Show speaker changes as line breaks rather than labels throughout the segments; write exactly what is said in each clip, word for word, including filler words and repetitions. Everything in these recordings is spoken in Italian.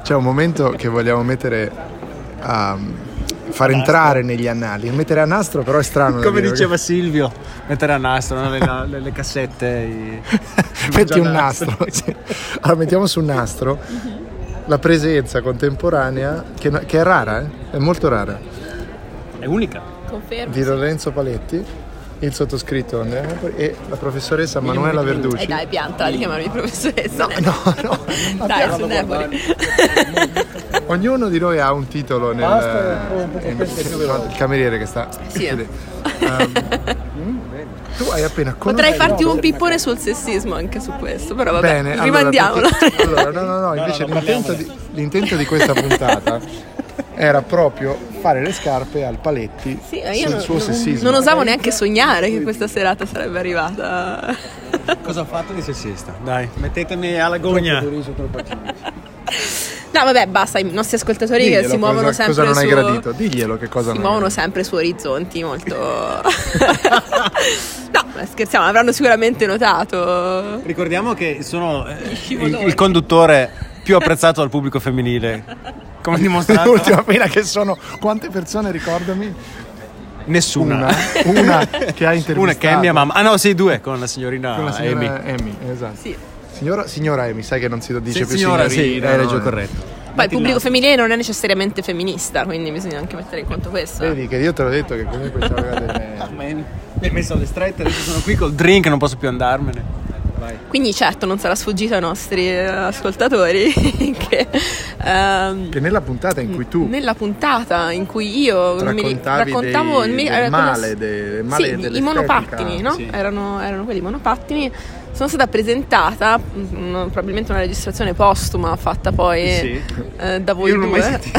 c'è un momento che vogliamo mettere a far entrare negli annali. Mettere a nastro però è strano.
Come
dire,
diceva
perché...
Silvio, mettere a nastro, no? le, le, le cassette. I...
Metti un nastro. Sì. Allora mettiamo su un nastro la presenza contemporanea, che, che è rara, eh? È molto rara.
È unica.
Confermo.
Di Lorenzo Paletti, il sottoscritto Andrea Napoli e la professoressa Manuela Verducci.
E dai, pianta di chiamarmi professoressa.
No, no, no.
Dai, su Napoli.
Ognuno di noi ha un titolo nel, nel, nel il cameriere che sta.
Sì.
Um, tu hai appena conosciuto.
Potrei farti un pippone sul sessismo anche su questo, però vabbè,
bene,
rimandiamolo.
Allora, perché, allora, no, no, no, invece no, no, l'intento, di, l'intento di questa puntata era proprio fare le scarpe al Paletti
sì, io
sul
non,
suo sessismo.
Non osavo neanche sognare che questa serata sarebbe arrivata.
Cosa ho fatto di sessista? Dai, mettetemi alla gogna.
No, vabbè, basta, i nostri ascoltatori diglielo, che si muovono
cosa,
sempre
cosa non hai
su...
gradito? Diglielo che cosa
si
non
muovono
hai
sempre su orizzonti molto no, scherziamo, avranno sicuramente notato.
Ricordiamo che sono eh, il, il conduttore più apprezzato dal pubblico femminile, come dimostrato.
L'ultima pena che sono quante persone, ricordami?
Nessuna.
Una, una che ha intervistato.
Una che è mia mamma. Ah no, sì, due con la signorina,
con la signora
Amy.
Amy, esatto.
Sì.
Signora, signora Amy, sai che non si dice
sì,
più
signora,
signorina.
Sì, hai ragione,
no,
corretto.
Poi il pubblico femminile non è necessariamente femminista, quindi bisogna anche mettere in conto questo.
Vedi che io te l'ho detto che comunque c'aveva delle...
Mi hai messo alle strette, adesso sono qui col drink, non posso più andarmene. Vai.
Quindi certo non sarà sfuggito ai nostri ascoltatori che, um,
che nella puntata in cui tu
nella puntata in cui io
mi raccontavo
dei,
mi, del male, del male
sì, i monopattini, no? Sì. Erano, erano quelli monopattini. Sono stata presentata, mh, probabilmente una registrazione postuma fatta poi
sì.
eh, da voi
io non
due.
Mai sentito.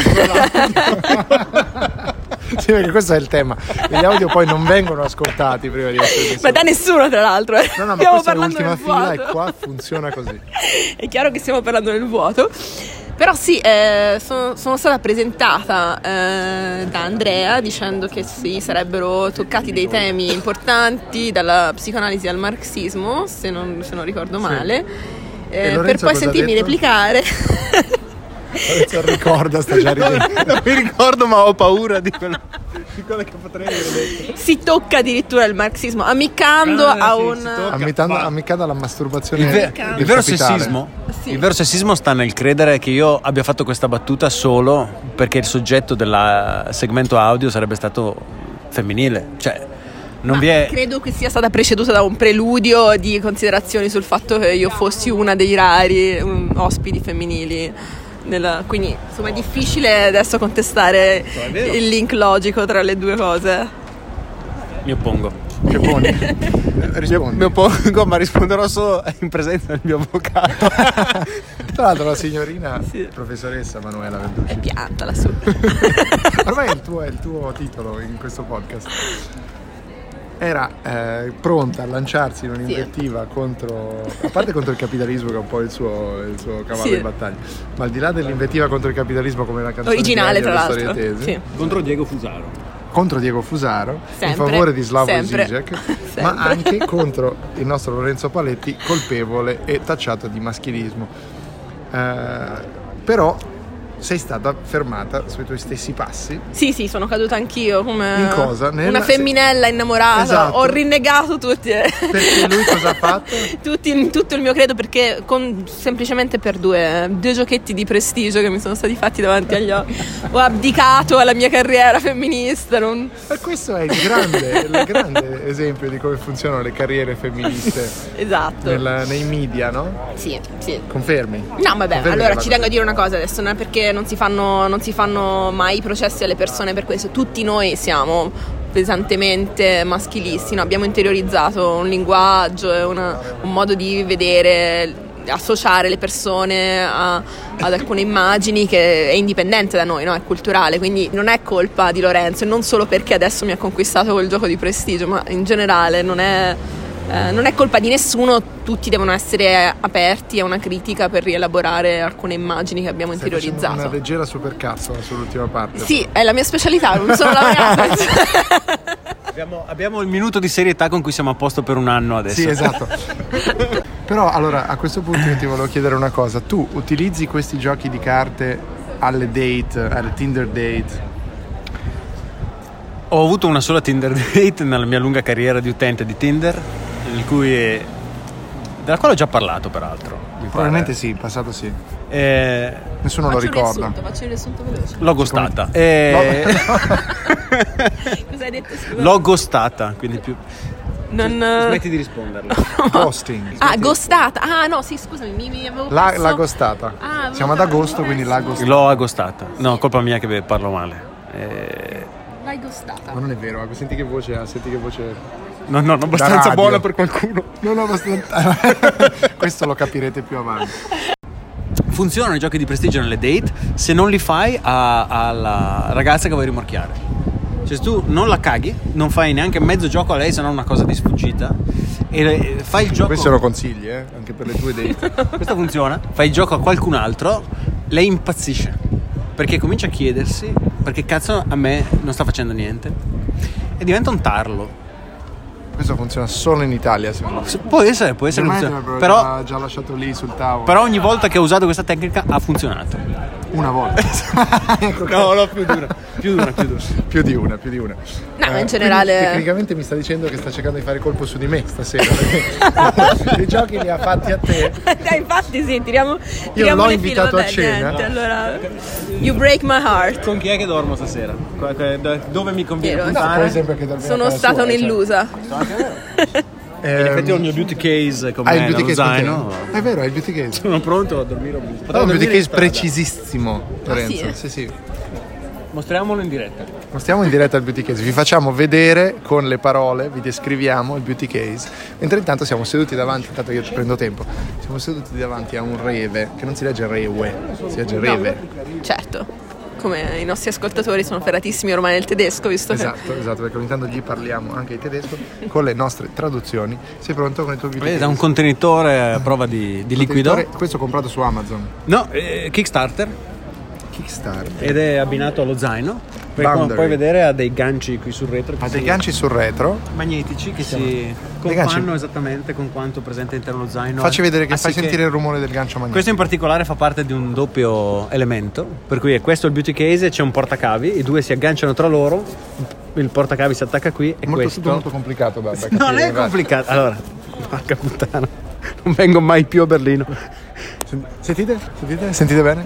Sì, perché questo è il tema. Gli audio poi non vengono ascoltati prima di essere.
Ma da nessuno, tra l'altro. Eh.
No, no, ma
stiamo
questa è
parlando
l'ultima fila
vuoto.
e qua funziona così.
È chiaro che stiamo parlando nel vuoto. Però sì, eh, sono, sono stata presentata eh, da Andrea dicendo che si sarebbero toccati dei temi importanti, dalla psicoanalisi al marxismo, se non, se non ricordo male, sì. eh, per poi sentirmi replicare.
Lorenzo ricorda, sta già ridendo.
Non mi ricordo, ma ho paura di quello, di quello che potrei aver detto.
Si tocca addirittura il marxismo, ammiccando
ah,
a
sì,
un...
Ammiccando, ammiccando alla masturbazione.
Il, ve-
del
il vero
capitale.
sessismo
Sì.
Il vero sessismo sta nel credere che io abbia fatto questa battuta solo perché il soggetto del segmento audio sarebbe stato femminile. Cioè, non
Ma
vi è...
credo che sia stata preceduta da un preludio di considerazioni sul fatto che io fossi una dei rari um, ospiti femminili. Nella, quindi insomma è difficile adesso contestare il link logico tra le due cose.
Mi oppongo.
Che poni? Rispondi.
Mi oppongo, ma risponderò solo in presenza del mio avvocato.
Tra l'altro la signorina
sì.
professoressa Manuela Verducci.
È pianta lassù.
Ormai è il, tuo, è il tuo titolo in questo podcast. Era eh, pronta a lanciarsi in un'invettiva sì. contro, a parte contro il capitalismo, che è un po' il suo, il suo cavallo
sì.
di battaglia, ma al di là dell'invettiva contro il capitalismo, come la canzone
originale tra l'altro
Storietesi,
sì.
contro Diego Fusaro,
contro Diego Fusaro
sempre,
in favore di Slavoj
sempre,
Žižek,
sempre.
ma anche contro il nostro Lorenzo Paletti, colpevole e tacciato di maschilismo. Eh, però sei stata fermata sui tuoi stessi passi.
Sì, sì, sono caduta anch'io come
in cosa? Nella...
una femminella innamorata.
Esatto.
Ho rinnegato tutti.
Perché lui cosa ha fatto?
Tutti, tutto il mio credo, perché con, semplicemente per due, due giochetti di prestigio che mi sono stati fatti davanti agli occhi ho abdicato alla mia carriera femminista. Non...
E questo è il grande, il grande esempio di come funzionano le carriere femministe.
Esatto.
Nel, nei media, no?
Sì, sì.
Confermi?
No, vabbè,
Confermi
allora ci
cosa?
tengo a dire una cosa adesso, non è perché non si fanno, non si fanno mai processi alle persone per questo. Tutti noi siamo pesantemente maschilisti, no? Abbiamo interiorizzato un linguaggio e una, un modo di vedere, associare le persone a, ad alcune immagini che è indipendente da noi, no? È culturale, quindi non è colpa di Lorenzo, e non solo perché adesso mi ha conquistato quel gioco di prestigio, ma in generale non è... Eh, non è colpa di nessuno, tutti devono essere aperti a una critica per rielaborare alcune immagini che abbiamo
Stai
interiorizzato.
Una leggera supercazzo sull'ultima parte.
Sì, è la mia specialità, non sono laureata.
abbiamo, abbiamo il minuto di serietà con cui siamo a posto per un anno adesso.
Sì, esatto. Però allora a questo punto io ti volevo chiedere una cosa. Tu utilizzi questi giochi di carte alle date, alle Tinder date?
Ho avuto una sola Tinder date nella mia lunga carriera di utente di Tinder, in cui è... della quale ho già parlato peraltro.
Probabilmente sì, in passato sì.
Eh...
Nessuno
faccio
lo ricorda.
Un riassunto, faccio il riassunto veloce.
L'ho gostata. E...
Cosa hai detto? Scusa?
L'ho gostata, quindi più...
Non...
Smetti di risponderlo.
Ghosting.
Ah, gostata. Ah, no, sì, scusami, mi, mi avevo
La,
perso...
la gostata.
Ah, avevo-
Siamo ad agosto,
avevo
quindi
perso-
la gostata.
L'ho agostata. No, colpa mia che parlo male. Eh...
L'hai gostata.
Ma non è vero, senti che voce ha, senti che voce.
No, no, abbastanza
radio.
buona per qualcuno.
Non abbastanza. Questo lo capirete più avanti.
Funzionano i giochi di prestigio nelle date se non li fai a- alla ragazza che vuoi rimorchiare. Cioè se tu non la caghi, non fai neanche mezzo gioco a lei, se non una cosa di sfuggita, e fai il gioco...
Questo lo consigli, eh? Anche per le tue date.
Questo funziona, fai il gioco a qualcun altro, lei impazzisce, perché comincia a chiedersi perché cazzo a me non sta facendo niente, e diventa un tarlo.
Questo funziona solo in Italia, secondo me.
Può essere, può essere,
Ormai
funziona-
te l'avrebbero
però,
già, già lasciato lì sul tavolo.
però ogni volta che ho usato questa tecnica ha funzionato.
Una volta.
No, no, più dura, più dura, più dura.
Più di una, più di una.
No, ma in
quindi
generale-
tecnicamente mi sta dicendo che sta cercando di fare colpo su di me stasera. Perché i giochi li ha fatti a te.
Dai, infatti sì, tiriamo, tiriamo
l'ho
le
invitato
fila,
a
vabbè,
cena.
niente, allora, you break my heart.
Con chi è che dormo stasera? Qua- qua- do- Dove mi conviene
Vero.
No,
puntare?
per esempio che dormiva a
Sono
casa
stata
sua,
un'illusa.
cioè,
In effetti ho il mio beauty case con
hai il
me
beauty
nello
case con
zaino.
te? È vero, hai il beauty case.
Sono pronto a dormire.
Però un beauty case precisissimo, Lorenzo.
sì?
Sì, sì.
Mostriamolo in diretta.
Stiamo in diretta al beauty case, vi facciamo vedere con le parole, vi descriviamo il beauty case, mentre intanto siamo seduti davanti, intanto io ti prendo tempo, siamo seduti davanti a un reve, che non si legge rewe, si legge reve.
Certo, come i nostri ascoltatori sono ferratissimi ormai nel tedesco, visto
Esatto, esatto, perché ogni tanto gli parliamo anche in tedesco con le nostre traduzioni. Sei pronto con il tuo beauty
Vedete,
case?
un contenitore a prova di, di liquido.
Contenitore- Questo comprato su Amazon.
No, eh, Kickstarter.
Kickstarter.
Ed è abbinato allo zaino. Perché come
Boundary.
puoi vedere ha dei ganci qui sul retro.
Ha
che
dei
si-
ganci sul retro.
magnetici che si
ganci-
confanno esattamente con quanto presente all'interno dello zaino.
Facci vedere che fai
Assì
sentire il rumore del gancio magnetico.
Questo in particolare fa parte di un doppio elemento, per cui è questo il beauty case, c'è un portacavi, i due si agganciano tra loro, il portacavi si attacca qui e
molto,
questo...
tutto molto complicato, Babba,
Non
capire,
è
guarda.
complicato. Allora, porca puttana, non vengo mai più a Berlino.
Sentite? Sentite? Sentite bene?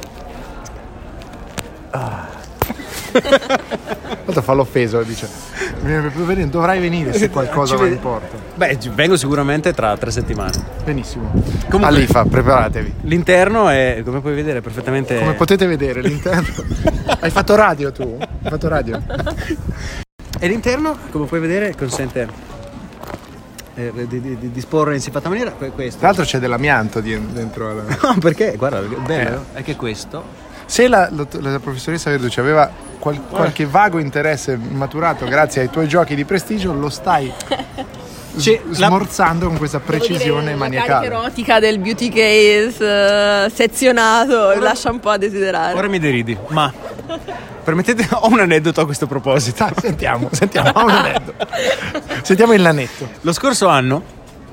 Tanto fa l'offeso, dice. Dovrai venire se qualcosa
Ci
va
vede-
in porto.
Beh, vengo sicuramente tra tre settimane.
Benissimo.
Comunque-
Alifa, preparatevi.
L'interno è, come puoi vedere, perfettamente...
Come potete vedere l'interno. Hai fatto radio tu? Hai fatto radio?
E l'interno, come puoi vedere, consente eh, di, di, di disporre in siffatta maniera que- questo.
Tra l'altro c'è dell'amianto di- dentro alla...
No, perché, guarda, il bello è che questo...
Se la, la, la professoressa Verducci aveva qual- qualche vago interesse maturato grazie ai tuoi giochi di prestigio, lo stai
Cioè, la-
smorzando con questa precisione
La
maniacale.
carica erotica del beauty case eh, sezionato lascia un po' a desiderare.
Ora mi deridi, ma permettete, ho un aneddoto a questo proposito.
Ah, sentiamo, sentiamo, ho un aneddoto. Sentiamo il lanetto.
Lo scorso anno,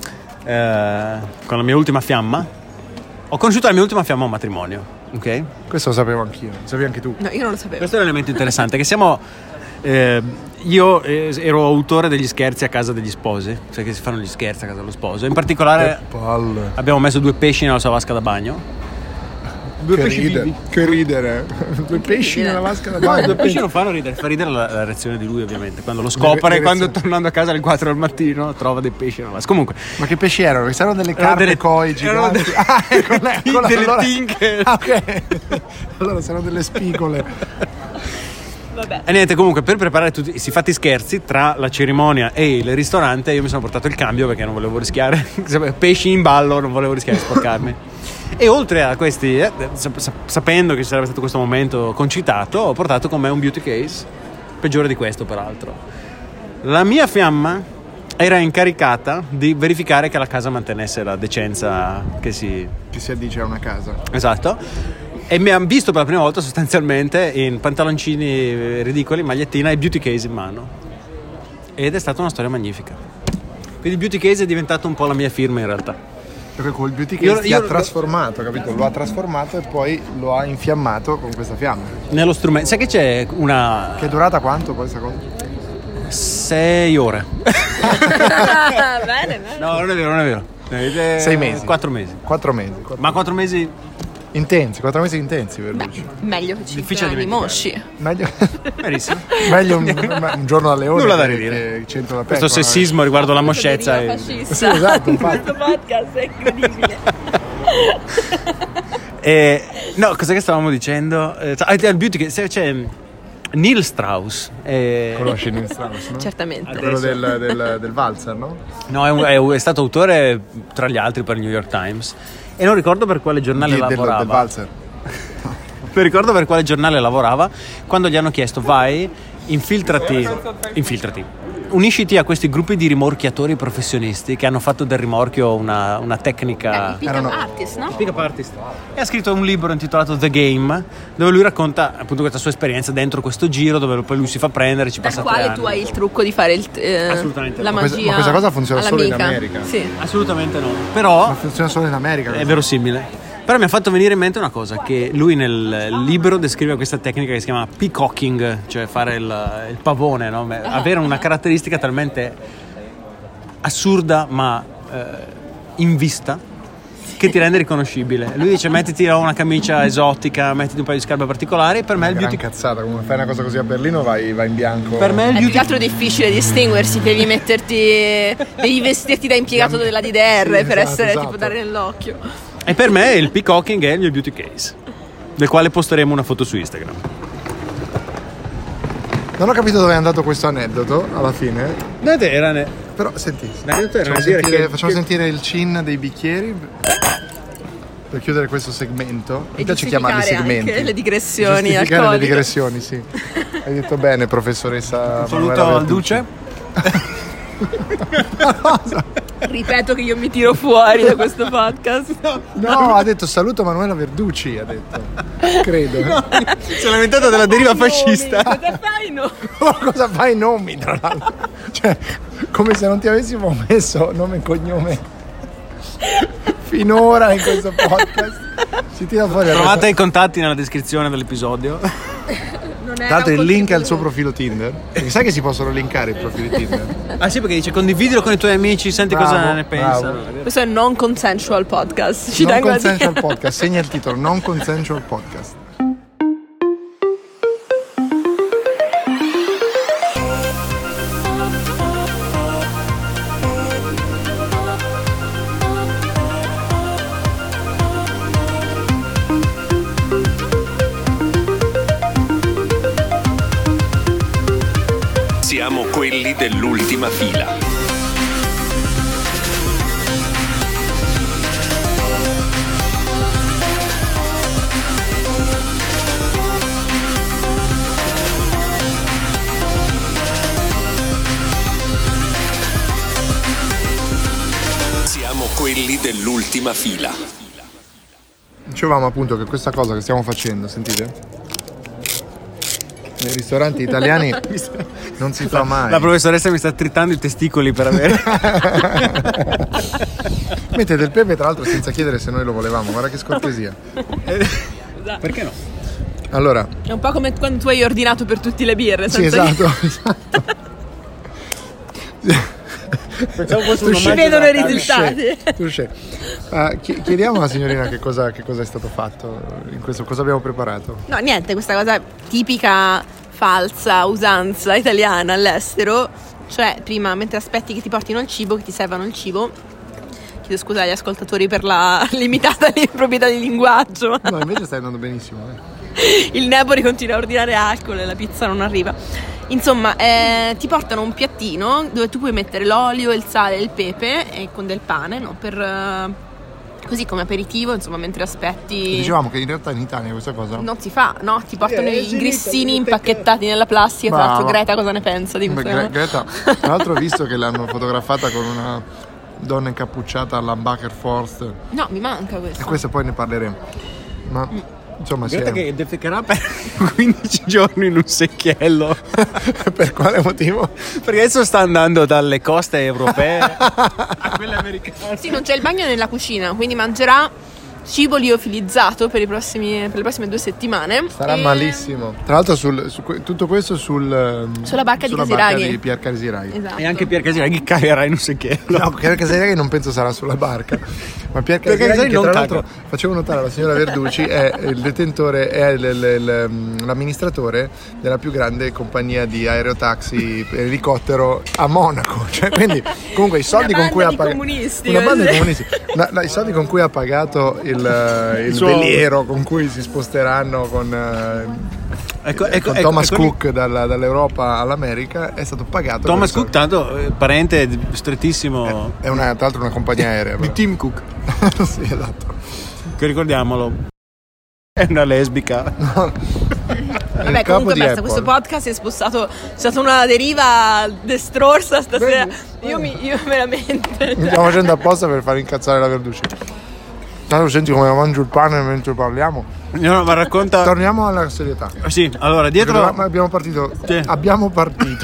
eh, con la mia ultima fiamma, ho conosciuto la mia ultima fiamma a un matrimonio, ok?
Questo lo sapevo anch'io, lo sapevi anche tu.
No, io non lo sapevo.
Questo è un elemento interessante, che siamo... eh, io eh, ero autore degli scherzi a casa degli sposi, cioè che si fanno gli scherzi a casa dello sposo. In particolare
Che palle.
abbiamo messo due pesci nella sua vasca da bagno. Due
Che
pesci
ridere,
vivi.
che ridere. Due pesci nella vasca da
No,
bagno.
due pesci non fanno ridere, fa ridere la, la reazione di lui ovviamente. Quando lo scopre,
Le- le
quando
reazioni.
tornando a casa alle quattro del mattino trova dei pesci nella vasca. Comunque,
Ma che pesci erano? Perché erano delle
Erano
carpe
delle-
koi
erano
giganti.
delle-
Ah, ecco, ecco,
delle
allora-
tinche.
Ah, ok. Allora sono delle spigole.
Vabbè.
e niente, comunque per preparare tutti questi fatti scherzi tra la cerimonia e il ristorante, io mi sono portato il cambio perché non volevo rischiare pesci in ballo, non volevo rischiare di sporcarmi. E oltre a questi, eh, sap- sap- sapendo che ci sarebbe stato questo momento concitato, ho portato con me un beauty case, peggiore di questo peraltro. La mia fiamma era incaricata di verificare che la casa mantenesse la decenza che si...
Che si addice a una casa.
Esatto. E mi hanno visto per la prima volta sostanzialmente in pantaloncini ridicoli, magliettina e beauty case in mano. Ed è stata una storia magnifica. Quindi il beauty case è diventato un po' la mia firma in realtà.
Perché col beauty case
Io-
ti
io-
ha trasformato, capito? Lo ha trasformato e poi lo ha infiammato con questa fiamma.
Nello strumento. Sai che c'è una...
Che è durata quanto poi questa cosa?
sei ore.
Bene, bene.
No, non è vero, non è vero. Eh,
Sei mesi.
Quattro mesi.
Quattro mesi. Quattro...
Ma quattro mesi
Intensi, quattro mesi intensi per Luci.
Meglio che cinque
Difficile
anni
dimenticare.
mosci.
Meglio,
benissimo.
meglio un, un giorno a Leone
Nulla da
che-
ridire.
che cento da
Questo
pecora.
sessismo riguardo la moscezza
Deriva
è...
fascista.
Sì, esatto, infatti.
Questo podcast è incredibile.
Eh, no, cosa che stavamo dicendo? Eh, ah, il beauty che se- c'è Neil Strauss. eh,
Conosci Neil Strauss, no?
Certamente.
Quello del, del, del valzer, no?
no, è, un- è un- è stato autore tra gli altri per il New York Times e non ricordo per quale giornale
Di- del,
lavorava.
del valzer.
Non ricordo per quale giornale lavorava quando gli hanno chiesto vai, infiltrati, infiltrati, unisciti a questi gruppi di rimorchiatori professionisti che hanno fatto del rimorchio una, una tecnica.
Pick-up
Erano-
artist, no?
Pick-up artist. E ha scritto un libro intitolato The Game, dove lui racconta appunto questa sua esperienza dentro questo giro, dove poi lui si fa prendere, ci
Dal
passa tre
quale
anni.
tu hai il trucco di fare il, eh,
Assolutamente.
la
Ma
magia.
questa- ma questa cosa funziona solo in
all'amica.
America.
Sì.
Assolutamente no. Però
Ma funziona solo in America.
è
questo.
verosimile. Però mi ha fatto venire in mente una cosa, che lui nel libro descrive questa tecnica che si chiama peacocking, cioè fare il, il pavone, no? Avere una caratteristica talmente assurda ma eh, in vista che ti rende riconoscibile. Lui dice mettiti una camicia esotica, mettiti un paio di scarpe particolari, per me il
Gran
beauty...
cazzata, come fai una cosa così a Berlino vai, vai in bianco.
Per me il
È più
beauty...
che altro difficile distinguersi, devi metterti, devi vestirti da impiegato della D D R
Sì,
per
esatto,
essere
esatto.
tipo dare nell'occhio.
E per me il peacocking è il mio beauty case, del quale posteremo una foto su Instagram.
Non ho capito dove è andato questo aneddoto alla fine.
Era ne...
Però senti,
L'aneddoto era
facciamo,
dire
sentire,
che-
facciamo
che-
sentire il cin dei bicchieri per chiudere questo segmento. Mi
E
piace chiamarli
giustificare
segmenti.
anche le digressioni
Giustificare le
alcoliche.
digressioni, sì. Hai detto bene, professoressa.
Saluto
Manuela
al
Vertucci.
Duce.
Ripeto che io mi tiro fuori da questo podcast.
No, ha detto saluto Manuela Verducci, ha detto. Credo.
Si è lamentata della deriva fascista.
Cosa fai? No.
Oh, cosa fai i nomi, tra l'altro? Cioè, come se non ti avessimo messo nome e cognome finora in questo podcast. Si tira fuori.
Trovate i contatti nella descrizione dell'episodio.
Non
Tra l'altro il link al suo profilo Tinder. Perché sai che si possono linkare i profili Tinder?
Ah sì, perché dice condividilo con i tuoi amici, senti
Bravo,
cosa ne pensano.
bravo.
Questo è non consensual podcast. Ci
Non
tengo a
consensual
dire.
podcast, segna il titolo, non consensual podcast.
Siamo quelli dell'ultima fila. Siamo quelli dell'ultima fila.
Dicevamo appunto che questa cosa che stiamo facendo, sentite? Nei ristoranti italiani non si fa mai.
La professoressa mi sta tritando i testicoli per avere.
Mettete il pepe tra l'altro senza chiedere se noi lo volevamo, guarda che scortesia.
Perché no?
Allora,
È un po' come quando tu hai ordinato per tutti le birre.
sì,
senza
esatto, esatto.
Pensavo fosse
Tu
un
Si
omaggio
vedono i
da-
risultati.
Touché. Ah, chi- chiediamo alla signorina che cosa, che cosa è stato fatto in questo, cosa abbiamo preparato.
No, niente, questa cosa tipica, falsa, usanza italiana all'estero. Cioè, prima, mentre aspetti che ti portino il cibo, che ti servano il cibo. Chiedo scusa agli ascoltatori per la limitata li- proprietà di linguaggio. ma
No, invece stai andando benissimo. Eh.
Il Napoli continua a ordinare alcol e la pizza non arriva. Insomma, eh, ti portano un piattino dove tu puoi mettere l'olio, il sale e il pepe e con del pane, no? Per, eh, così come aperitivo, insomma, mentre aspetti.
Dicevamo che in realtà in Italia questa cosa
Non si fa, no? Ti portano
Eh,
i
sì,
grissini
sì,
impacchettati nella plastica. Tra l'altro,
Brava.
Greta cosa ne pensa di
Beh,
questo?
Gre- Greta, tra l'altro ho visto che l'hanno fotografata con una donna incappucciata alla Baker Force
No, mi manca questo.
e questo poi ne parleremo. Ma insomma,
Greta
si è...
che defecherà per quindici giorni in un secchiello.
Per quale motivo?
Perché adesso sta andando dalle coste europee a quelle americane.
Sì, non c'è il bagno nella cucina, quindi mangerà cibo liofilizzato per, i prossimi, per le prossime due settimane.
Starà
E-
malissimo. Tra l'altro sul, su que- tutto questo sul
Sulla barca di
sulla
Casiraghi.
barca di Pier Casiraghi.
Esatto.
E anche Pier Casiraghi calerà in un secchiello.
No, Pier Casiraghi non penso sarà sulla barca. Ma Pier
Pier
Casiraghi,
Casiraghi
che
non
tra
caga.
l'altro facevo notare alla signora Verducci, è il detentore, è il- il- il- l'amministratore della più grande compagnia di aerotaxi elicottero a Monaco. Cioè, quindi comunque i soldi
Una
con cui ha
banda di
pagato
comunisti,
una banda di
così.
comunisti. No, no, i soldi con cui ha pagato il, il
suo-
veliero con cui si sposteranno con eh,
Ecco,
con
ecco, ecco,
Thomas
ecco lì.
Cook dalla- dall'Europa all'America è stato pagato.
Thomas
con i
Cook, tanto eh, parente strettissimo
soldi. È una, tra l'altro una compagnia aerea.
di
però.
Tim Cook,
Sì, esatto.
che ricordiamolo è una lesbica.
Il
Vabbè,
capo
comunque
di
basta,
Apple.
questo podcast è spostato, c'è stata una deriva destrorsa stasera. Io mi, io veramente.
Mi stiamo facendo apposta per far incazzare la Verducci. Tanto senti come mangio il pane mentre parliamo.
No, no, ma racconta.
Torniamo alla serietà.
Sì, allora dietro.
Dovevamo- abbiamo partito.
Sì.
Abbiamo partito.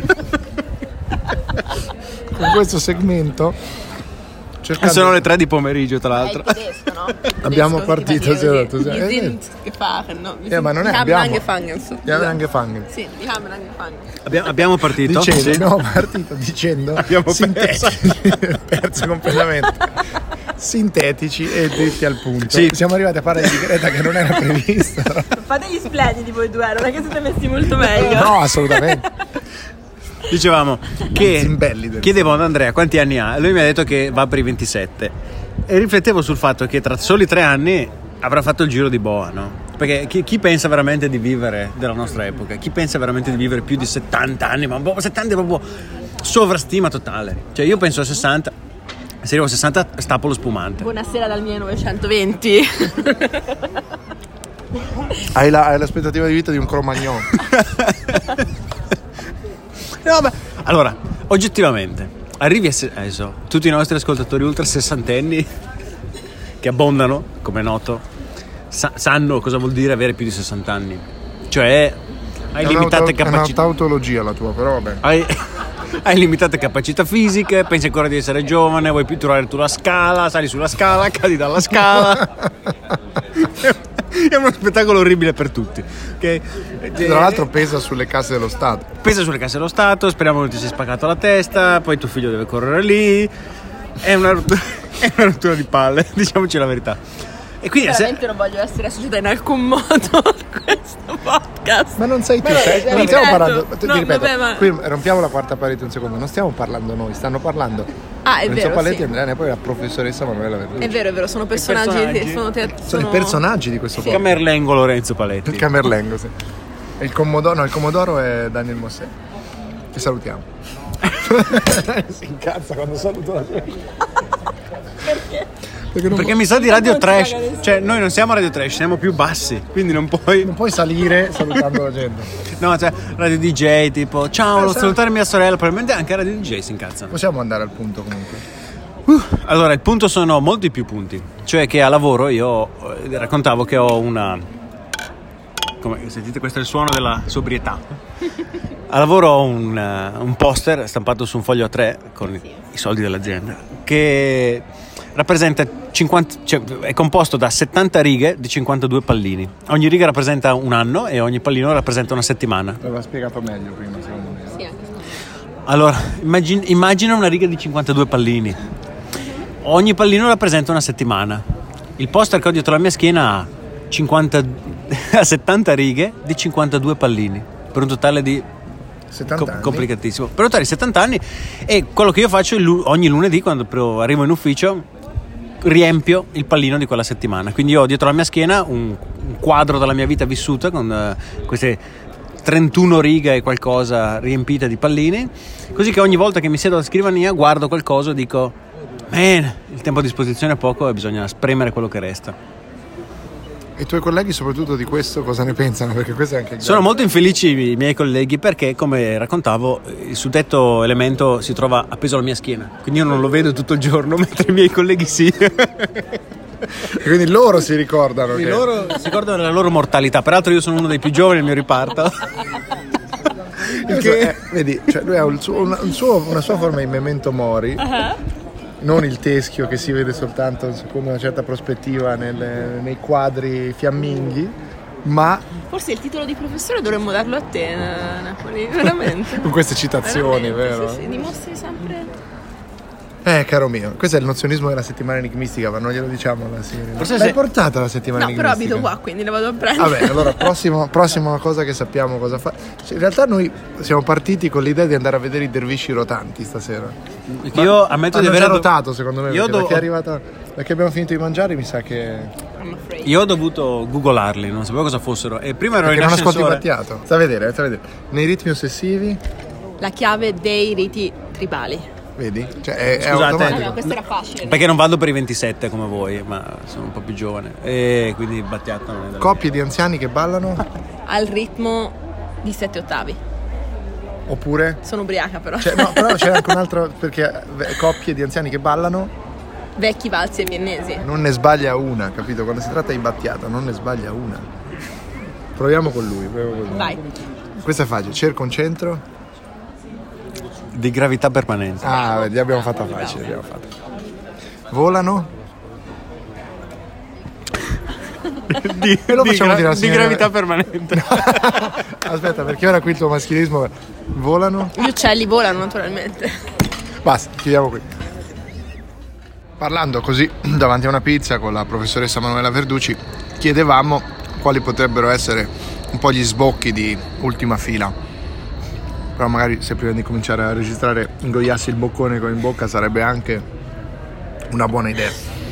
Con questo segmento. cercando-
Sono le tre di pomeriggio, tra
È
l'altro.
il tedesco, no?
Abbiamo
Tedesco,
partito,
si fa dire
sì,
così.
esatto, sì.
Wir
Eh,
sind gefahren, no? Wir
Eh, ma
sind-
non è
wir haben
abbiamo.
angefangen. so.
Die haben angefangen.
Sì, die haben angefangen.
Abbiamo, abbiamo partito.
Dicendo,
Sì.
abbiamo partito dicendo
Abbiamo
sintetici, perso completamente, sintetici e detti al punto.
Sì.
Siamo arrivati a parlare di Greta che non era prevista.
Fate gli splendidi voi due, non è che siete messi molto meglio.
No, assolutamente.
Dicevamo che
Zimbelli del-
chiedevo ad Andrea quanti anni ha e lui mi ha detto che va per i ventisette e riflettevo sul fatto che tra soli tre anni avrà fatto il giro di boa, no? Perché chi, chi pensa veramente di vivere della nostra epoca, chi pensa veramente di vivere più di settanta anni, ma boh, settanta è proprio sovrastima totale. Cioè io penso a sessanta, se arrivo a sessanta stappo lo spumante.
Buonasera dal millenovecentoventi.
Hai, la, hai l'aspettativa di vita di un Cro-Magnon.
No, beh, allora, oggettivamente, arrivi a se- adesso, tutti i nostri ascoltatori ultra sessantenni che abbondano, come è noto, sa- sanno cosa vuol dire avere più di sessanta anni. Cioè, hai
È
limitate
un'auto- è
capacità.
un'autologia la tua, però vabbè.
Hai, hai limitate capacità fisiche, pensi ancora di essere giovane, vuoi pitturare tu la scala, sali sulla scala, cadi dalla scala. È uno spettacolo orribile per tutti. Che,
Tra l'altro pesa sulle casse dello Stato.
pesa sulle casse dello Stato, speriamo che non ti sia spaccato la testa, poi tuo figlio deve correre lì. È una rottura, è una rottura di palle, diciamoci la verità. E quindi se,
Veramente non voglio essere associata in alcun modo a questo podcast.
Ma non sei tu,
Ma no,
sei-
eh,
non stiamo
ripeto.
parlando. Ti
No,
ripeto,
vabbè, ma-
qui rompiamo la quarta parete un secondo. Non stiamo parlando noi, stanno parlando
Ah, è
Renzo
vero,
Paletti
sì.
e Andrea Nepoli e la professoressa Manuela Verducci.
È vero, è vero, sono personaggi.
personaggi.
Sono, te-
Sono
sono-
i personaggi di questo podcast.
Camerlengo Lorenzo Paletti.
Il Camerlengo, sì. E il Commodoro, no, il Commodoro è Daniel Mossè. Che salutiamo. Si incazza quando saluto la gente. Perché? non,
Perché
pu-
mi sa di Radio
Non ci
Trash.
caga nessuno.
Cioè, noi non siamo Radio Trash, siamo più bassi. Quindi non puoi.
non puoi salire salutando la gente.
No, cioè, Radio D J, tipo, ciao, volevo
sa-
salutare mia sorella. Probabilmente anche Radio D J si incazzano.
Possiamo andare al punto comunque.
Allora, il punto sono molti più punti. Cioè che a lavoro io eh, raccontavo che ho una... Come sentite, questo è il suono della sobrietà. A lavoro ho un, eh, un poster stampato su un foglio A tre con i, i soldi dell'azienda che rappresenta cinquanta, cioè, è composto da settanta righe di cinquantadue pallini. Ogni riga rappresenta un anno e ogni pallino rappresenta una settimana.
L'aveva spiegato meglio prima, secondo me.
Sì, anche secondo me.
Allora, immagin- immagina una riga di cinquantadue pallini. Ogni pallino rappresenta una settimana. Il poster che ho dietro la mia schiena ha, cinquanta, ha settanta righe di cinquantadue pallini. Per un totale di...
settanta
co-
anni.
complicatissimo. Per un totale di settanta anni. E quello che io faccio è lu- ogni lunedì, quando pro- arrivo in ufficio, riempio il pallino di quella settimana. Quindi io ho dietro la mia schiena un, un quadro della mia vita vissuta con eh, queste trentuno righe e qualcosa riempite di pallini, così che ogni volta che mi siedo alla scrivania guardo qualcosa e dico man, il tempo a disposizione è poco e bisogna spremere quello che resta.
E i tuoi colleghi soprattutto di questo cosa ne pensano? Perché questo è anche il
Sono molto infelici i miei colleghi perché, come raccontavo, il suddetto elemento si trova appeso alla mia schiena, quindi io non lo vedo tutto il giorno mentre i miei colleghi sì.
Quindi loro si ricordano.
Quindi
che...
loro si ricordano della loro mortalità. Peraltro io sono uno dei più giovani del mio riparto.
Che... Eh, vedi, cioè lui ha un suo, una, un suo, una sua forma di memento mori, uh-huh. non il teschio che si vede soltanto secondo una certa prospettiva nelle, nei quadri fiamminghi, ma
forse il titolo di professore dovremmo darlo a te, Napoli, veramente.
Con queste citazioni,
veramente,
vero?
Sì, sì, dimostri sempre.
Eh, caro mio, questo è il nozionismo della settimana enigmistica, ma non glielo diciamo alla Siri.
Forse
l'hai
se...
portata la settimana
no,
enigmistica?
No, però abito qua, quindi le vado a prendere.
Vabbè, allora prossimo, prossima cosa che sappiamo cosa fare. Cioè, in realtà noi siamo partiti con l'idea di andare a vedere i dervisci rotanti stasera.
Ma io ammetto di aver
già rotato, secondo me,
io
perché
do...
da che è arrivata, da che abbiamo finito di mangiare, mi sa che
io ho dovuto googolarli, non sapevo cosa fossero. E prima ero
perché
in
non ascolti
ascensore.
Battiato. Sta a vedere, sta a vedere. Nei ritmi ossessivi,
la chiave dei riti tribali.
vedi? Cioè è, è
Scusate.
automatico.
No, questo era facile.
Perché non vado per i ventisette come voi, ma sono un po' più giovane. E quindi Battiato non è da
Coppie di anziani che ballano,
Al ritmo di sette ottavi.
oppure
Sono ubriaca però.
cioè, no, però c'è anche un altro, perché eh, coppie di anziani che ballano
Vecchi valsi e viennesi.
non ne sbaglia una, capito? Quando si tratta di Battiato non ne sbaglia una. Proviamo con lui, proviamo con lui.
Vai.
Questo è facile, cerco un centro.
di gravità permanente.
Ah, vedi, abbiamo fatta facile, abbiamo fatta. Volano?
di,
E lo
di
facciamo
gra-
dire alla
di
signora-
gravità permanente.
Aspetta, perché ora qui il tuo maschilismo. Volano?
Gli uccelli volano naturalmente.
Basta, chiudiamo qui. Parlando così davanti a una pizza con la professoressa Manuela Verducci, chiedevamo quali potrebbero essere un po' gli sbocchi di Ultima Fila. Però magari se prima di cominciare a registrare ingoiassi il boccone con in bocca sarebbe anche una buona idea.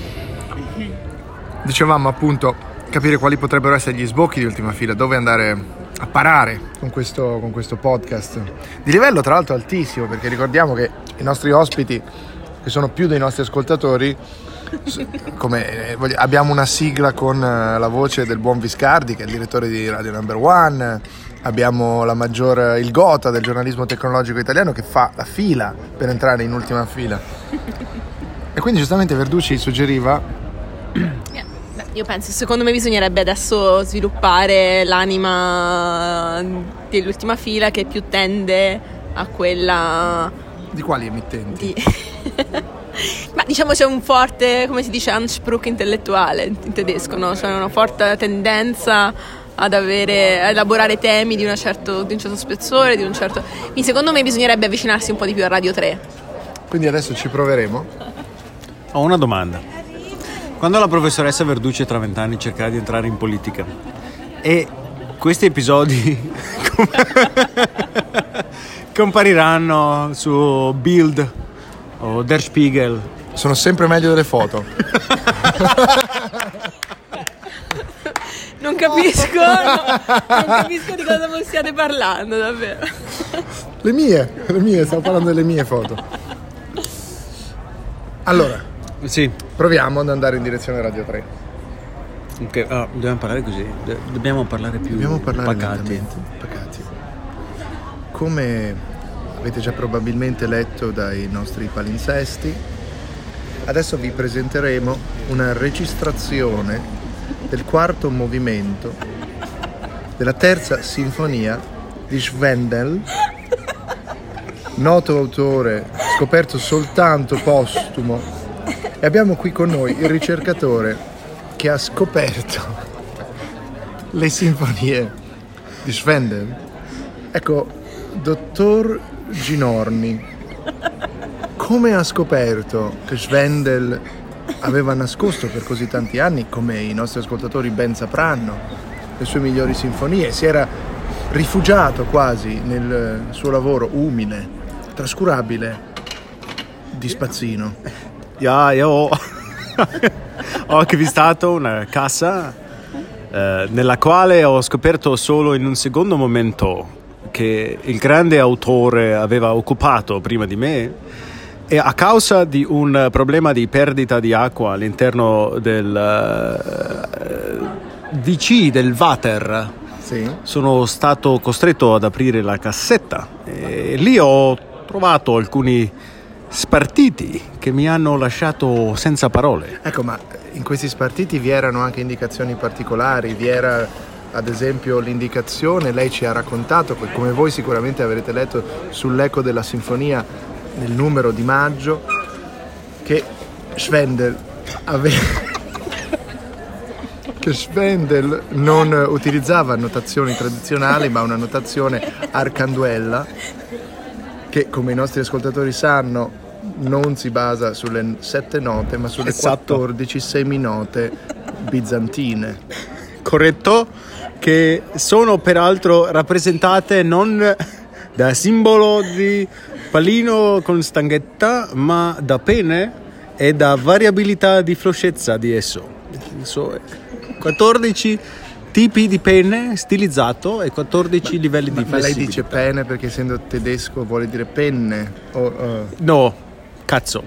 Dicevamo appunto capire quali potrebbero essere gli sbocchi di Ultima Fila, dove andare a parare con questo, con questo podcast di livello tra l'altro altissimo, perché ricordiamo che i nostri ospiti, che sono più dei nostri ascoltatori, come abbiamo una sigla con la voce del buon Viscardi, che è il direttore di Radio Number One, abbiamo la maggior, il Gotha del giornalismo tecnologico italiano, che fa la fila per entrare in Ultima Fila, e quindi giustamente Verducci suggeriva
Io penso, secondo me bisognerebbe adesso sviluppare l'anima dell'Ultima Fila, che più tende a quella
di quali emittenti?
di... Ma diciamo c'è un forte, come si dice, Anspruch intellettuale in tedesco, no? C'è una forte tendenza ad avere, a elaborare temi di, una certo, di un certo spessore, di un certo... Quindi secondo me bisognerebbe avvicinarsi un po' di più a Radio tre.
Quindi adesso ci proveremo.
Ho una domanda. Quando la professoressa Verducci tra vent'anni cercherà di entrare in politica e questi episodi compariranno su Bild o Der Spiegel,
Sono sempre meglio delle foto.
Non capisco, no, non capisco di cosa voi stiate parlando, davvero.
Le mie, le mie, stavo parlando delle mie foto. Allora,
sì,
proviamo ad andare in direzione Radio tre.
okay. Ah, dobbiamo parlare così, De- dobbiamo parlare più
Dobbiamo parlare
pacati.
lentamente, pacati. Come avete già probabilmente letto dai nostri palinsesti, adesso vi presenteremo una registrazione del quarto movimento della terza sinfonia di Schwendel, noto autore scoperto soltanto postumo, e abbiamo qui con noi il ricercatore che ha scoperto le sinfonie di Schwendel. Ecco, dottor Ginorni, come ha scoperto che Schwendel aveva nascosto per così tanti anni, come i nostri ascoltatori ben sapranno, le sue migliori sinfonie? Si era rifugiato quasi nel suo lavoro umile, trascurabile di spazzino.
Ja, io ho, ho acquistato una casa eh, nella quale ho scoperto solo in un secondo momento che il grande autore aveva occupato prima di me, e a causa di un problema di perdita di acqua all'interno del uh, V C del water,
Sì.
sono stato costretto ad aprire la cassetta e lì ho trovato alcuni spartiti che mi hanno lasciato senza parole.
Ecco, ma in questi spartiti vi erano anche indicazioni particolari, vi era ad esempio l'indicazione, lei ci ha raccontato, come voi sicuramente avrete letto sull'Eco della Sinfonia nel numero di maggio, che Schwendel aveva che Schwendel non utilizzava notazioni tradizionali ma una notazione arcanduella che, come i nostri ascoltatori sanno, non si basa sulle sette note ma sulle
esatto.
quattordici seminote bizantine.
Corretto, che sono peraltro rappresentate non da simbolo di pallino con stanghetta ma da pene e da variabilità di floscezza di esso. So, quattordici tipi di penne stilizzato e quattordici ma, livelli
ma,
di flessibilità.
Ma lei dice pene perché essendo tedesco vuole dire penne? O, uh...
No, cazzo.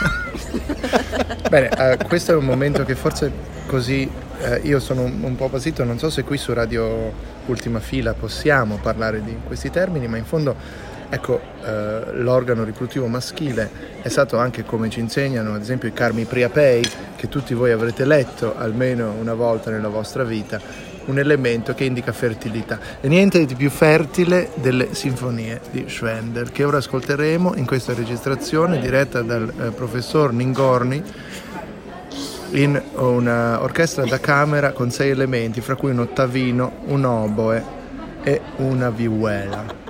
Bene, uh, questo è un momento che forse così uh, io sono un, un po' basito, non so se qui su Radio Ultima Fila possiamo parlare di questi termini, ma in fondo ecco, uh, l'organo riproduttivo maschile è stato anche, come ci insegnano ad esempio i Carmi Priapei, che tutti voi avrete letto almeno una volta nella vostra vita, un elemento che indica fertilità. E niente di più fertile delle sinfonie di Schwendel, che ora ascolteremo in questa registrazione diretta dal eh, professor Ningorny in una orchestra da camera con sei elementi, fra cui un ottavino, un oboe e una vihuela.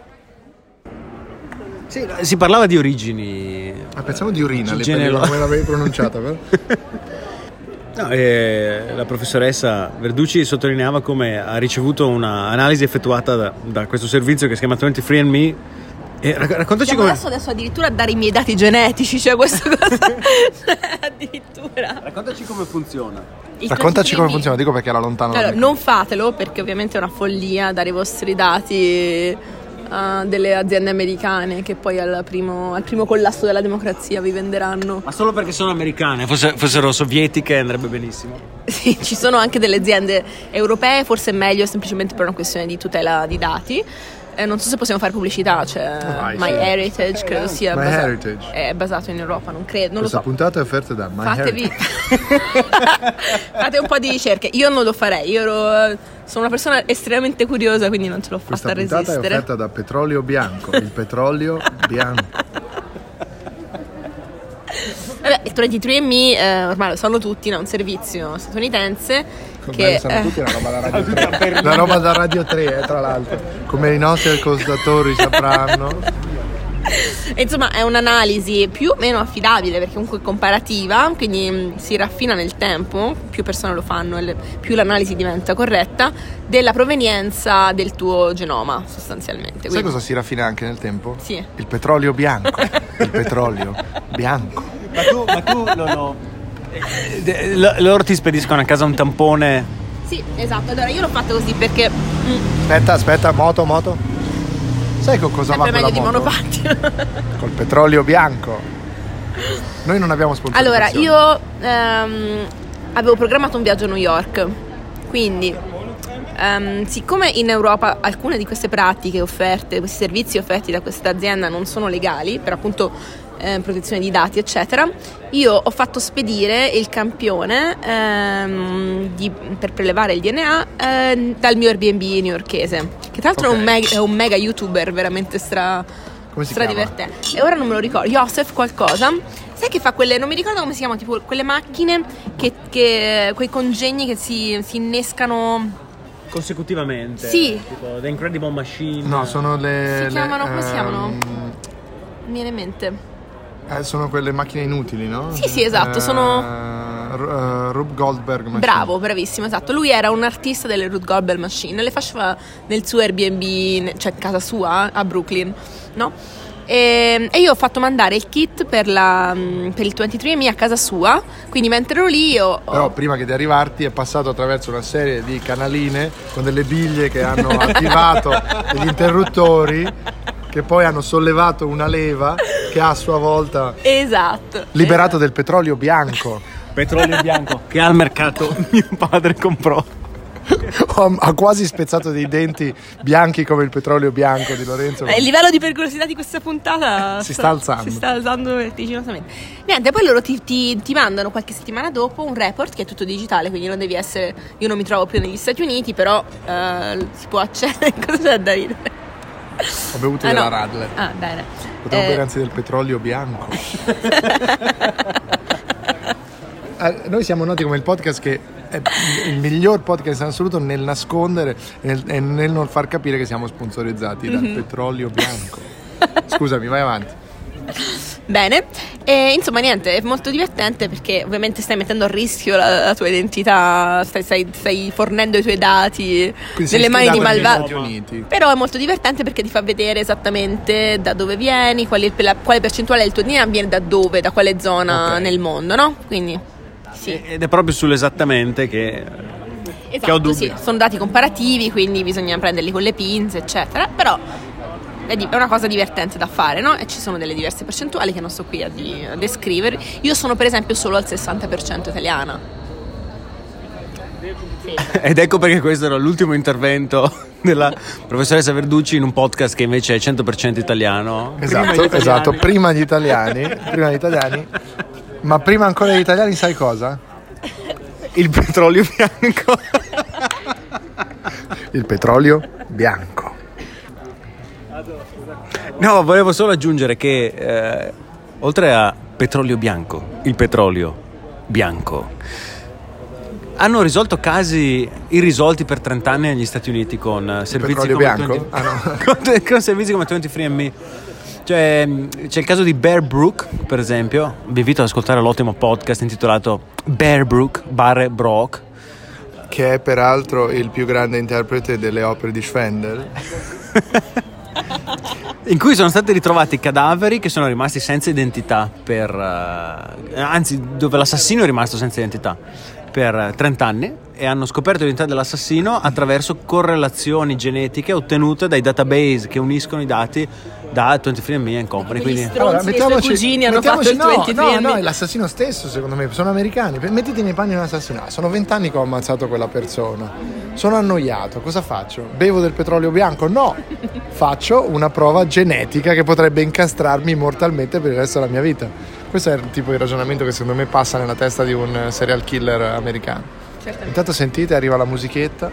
Sì, si parlava di origini.
Ah, pensavo di urina, le
Genelo...
come l'avevi pronunciata, però?
No, eh, la professoressa Verducci sottolineava come ha ricevuto un'analisi effettuata da, da questo servizio che si chiama ventitré and me. E raccontaci come.
Adesso, adesso addirittura dare i miei dati genetici, cioè questa cosa. Addirittura.
Raccontaci come funziona.
Il
Raccontaci come
ventitré and me.
funziona, dico perché era lontano.
Allora, non fatelo perché ovviamente è una follia dare i vostri dati a delle aziende americane che poi al primo, al primo collasso della democrazia vi venderanno.
Ma solo perché sono americane, fosse, fossero sovietiche andrebbe benissimo.
Sì, ci sono anche delle aziende europee, forse è meglio semplicemente per una questione di tutela di dati. Eh, non so se possiamo fare pubblicità, cioè
Vai,
My
sì.
Heritage credo sia
My
basato,
Heritage.
è basato in Europa, non credo, non
Questa
lo so.
puntata è offerta da My
Fatevi
Heritage.
fate un po' di ricerche. Io non lo farei, io ero, sono una persona estremamente curiosa, quindi non ce l'ho
Questa
fatta a
puntata
resistere.
è offerta da Petrolio Bianco, il petrolio bianco.
Vabbè, il ventitré and me eh, ormai lo sanno tutti, è un servizio statunitense che
Ormai lo sanno
eh,
tutti, è una roba da Radio tre. Una roba da Radio tre, eh, tra l'altro, come i nostri ascoltatori sapranno.
E insomma è un'analisi più o meno affidabile perché comunque è comparativa, quindi mh, si raffina nel tempo, più persone lo fanno e le, più l'analisi diventa corretta, della provenienza del tuo genoma sostanzialmente.
Sai
Quindi,
cosa si raffina anche nel tempo?
Sì.
Il petrolio bianco. Il petrolio bianco.
Ma tu, ma tu no, no. Eh, l- loro ti spediscono a casa un tampone.
Sì, esatto. Allora io l'ho fatto così perché mh,
Aspetta, aspetta, moto, moto. Sai con cosa
sempre
va
meglio
quella
di
moto?
monopattino.
Col petrolio bianco. Noi non abbiamo
Allora,
sponsorizzazioni.
io ehm, avevo programmato un viaggio a New York, quindi ehm, siccome in Europa alcune di queste pratiche offerte, questi servizi offerti da questa azienda non sono legali, per appunto eh, protezione di dati eccetera, io ho fatto spedire il campione ehm, di, per prelevare il D N A eh, dal mio Airbnb newyorkese, che tra l'altro
Ok.
è, un mega, è un mega youtuber veramente stra...
Come si
stra
chiama?
divertente. E ora non me lo ricordo, Joseph qualcosa. Sai che fa quelle, non mi ricordo come si chiamano, tipo quelle macchine che, che quei congegni che si, si innescano.
Consecutivamente.
Sì.
Tipo The Incredible Machine.
No, sono le...
Si chiamano,
le,
come si chiamano?
ehm,
Non mi viene in mente.
Eh, sono quelle macchine inutili, no?
Sì, sì, esatto,
Eh,
sono-
R- uh, Rube Goldberg machine.
Bravo, bravissimo, esatto. Lui era un artista delle Ruth Goldberg Machine, le faceva nel suo Airbnb, cioè casa sua a Brooklyn, no? E, e io ho fatto mandare il kit per, la, per il ventitré and me a casa sua, quindi mentre ero lì io ho...
Però prima che di arrivarti è passato attraverso una serie di canaline con delle biglie che hanno attivato degli interruttori che poi hanno sollevato una leva che ha a sua volta
Esatto.
liberato del petrolio bianco.
Petrolio bianco che al mercato mio padre comprò.
Ha quasi spezzato dei denti bianchi come il petrolio bianco di Lorenzo.
Eh, il livello di pericolosità di questa puntata
si sta alzando.
Si sta alzando vertiginosamente. Niente, poi loro ti, ti, ti mandano qualche settimana dopo un report che è tutto digitale, quindi non devi essere. Io non mi trovo più negli Stati Uniti, però eh, si può accedere. Cosa c'è da ridere?
Ho bevuto
ah,
della
no.
Radler.
Ah, bene.
Potevo
eh...
bere anzi del petrolio bianco. eh, noi siamo noti come il podcast che è il miglior podcast in assoluto nel nascondere e nel, e nel non far capire che siamo sponsorizzati dal mm-hmm. petrolio bianco. Scusami, vai avanti.
Bene, e insomma niente, è molto divertente perché ovviamente stai mettendo a rischio la, la tua identità, stai, stai, stai fornendo i tuoi dati
quindi
nelle mani di malvagi. Però è molto divertente perché ti fa vedere esattamente da dove vieni, quali, la, quale percentuale del tuo D N A viene da dove, da quale zona okay. nel mondo, no? Quindi sì.
Ed è proprio sull'esattamente che,
esatto,
che ho dubbi.
Sì, sono dati comparativi, quindi bisogna prenderli con le pinze, eccetera. Però è una cosa divertente da fare, no? E ci sono delle diverse percentuali che non sto qui a, di, a descrivere. Io sono per esempio solo al sessanta per cento italiana.
Sì. Ed ecco perché questo era l'ultimo intervento della professoressa Verducci in un podcast che invece è cento per cento italiano.
Esatto, prima esatto, prima gli italiani, prima gli italiani. Ma prima ancora gli italiani sai cosa?
Il petrolio bianco.
Il petrolio bianco.
No, volevo solo aggiungere che eh, oltre a petrolio bianco, il petrolio bianco, hanno risolto casi irrisolti per trenta anni negli Stati Uniti con servizi come
bianco?
venti,
ah, no.
con, con servizi come ventitré and me. Cioè, c'è il caso di Bear Brook, per esempio. Vi invito ad ascoltare l'ottimo podcast intitolato Bear Brook barre Brock,
che è peraltro il più grande interprete delle opere di Schwendel.
In cui sono stati ritrovati cadaveri che sono rimasti senza identità per uh, anzi dove l'assassino è rimasto senza identità per trenta anni e hanno scoperto l'identità dell'assassino attraverso correlazioni genetiche ottenute dai database che uniscono i dati da ventitré and me and Company. Quindi
allora, mettiamoci, i cugini hanno fatto il
no,
ventitré and me.
No, no, è l'assassino stesso, secondo me. Sono americani. Mettiti nei panni di un assassino. Ah, sono vent'anni che ho ammazzato quella persona. Sono annoiato. Cosa faccio? Bevo del petrolio bianco? No. Faccio una prova genetica che potrebbe incastrarmi mortalmente per il resto della mia vita. Questo è il tipo di ragionamento che secondo me passa nella testa di un serial killer americano. Certamente. Intanto sentite, arriva la musichetta.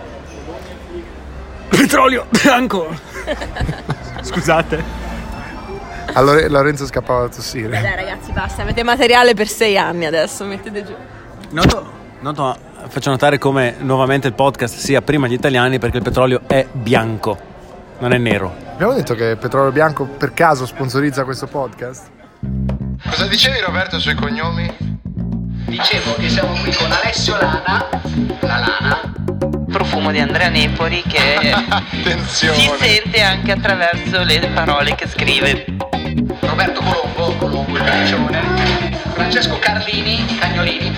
Petrolio bianco. Scusate.
Allora Lorenzo scappava da tossire.
Dai ragazzi, basta, avete materiale per sei anni adesso, mettete giù.
Noto, noto, faccio notare come nuovamente il podcast sia prima gli italiani perché il petrolio è bianco, non è nero.
Abbiamo detto che il petrolio bianco per caso sponsorizza questo podcast? Cosa dicevi Roberto sui cognomi?
Dicevo che siamo qui con Alessio Lana, la Lana,
profumo di Andrea Nepori che
Attenzione.
si sente anche attraverso le parole che scrive.
Roberto Colombo, Colombo il caccione, Francesco Carlini, i cagnolini.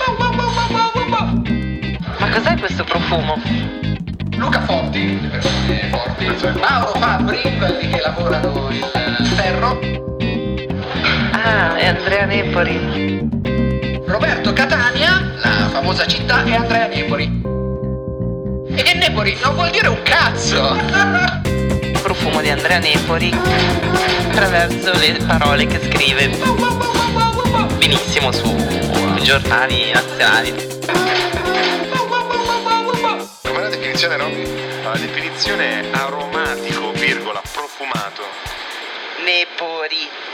Ma cos'è questo profumo?
Luca Forti, le persone forti, Mauro Fabbri, quelli che lavorano il ferro.
Ah, è Andrea Nepori.
Roberto Catania, la famosa città, e Andrea Nepori. E che Nepori non vuol dire un cazzo!
Profumo di Andrea Nepori attraverso le parole che scrive benissimo su giornali nazionali.
Com'è la definizione, Robby?
La definizione è aromatico, virgola, profumato.
Nepori.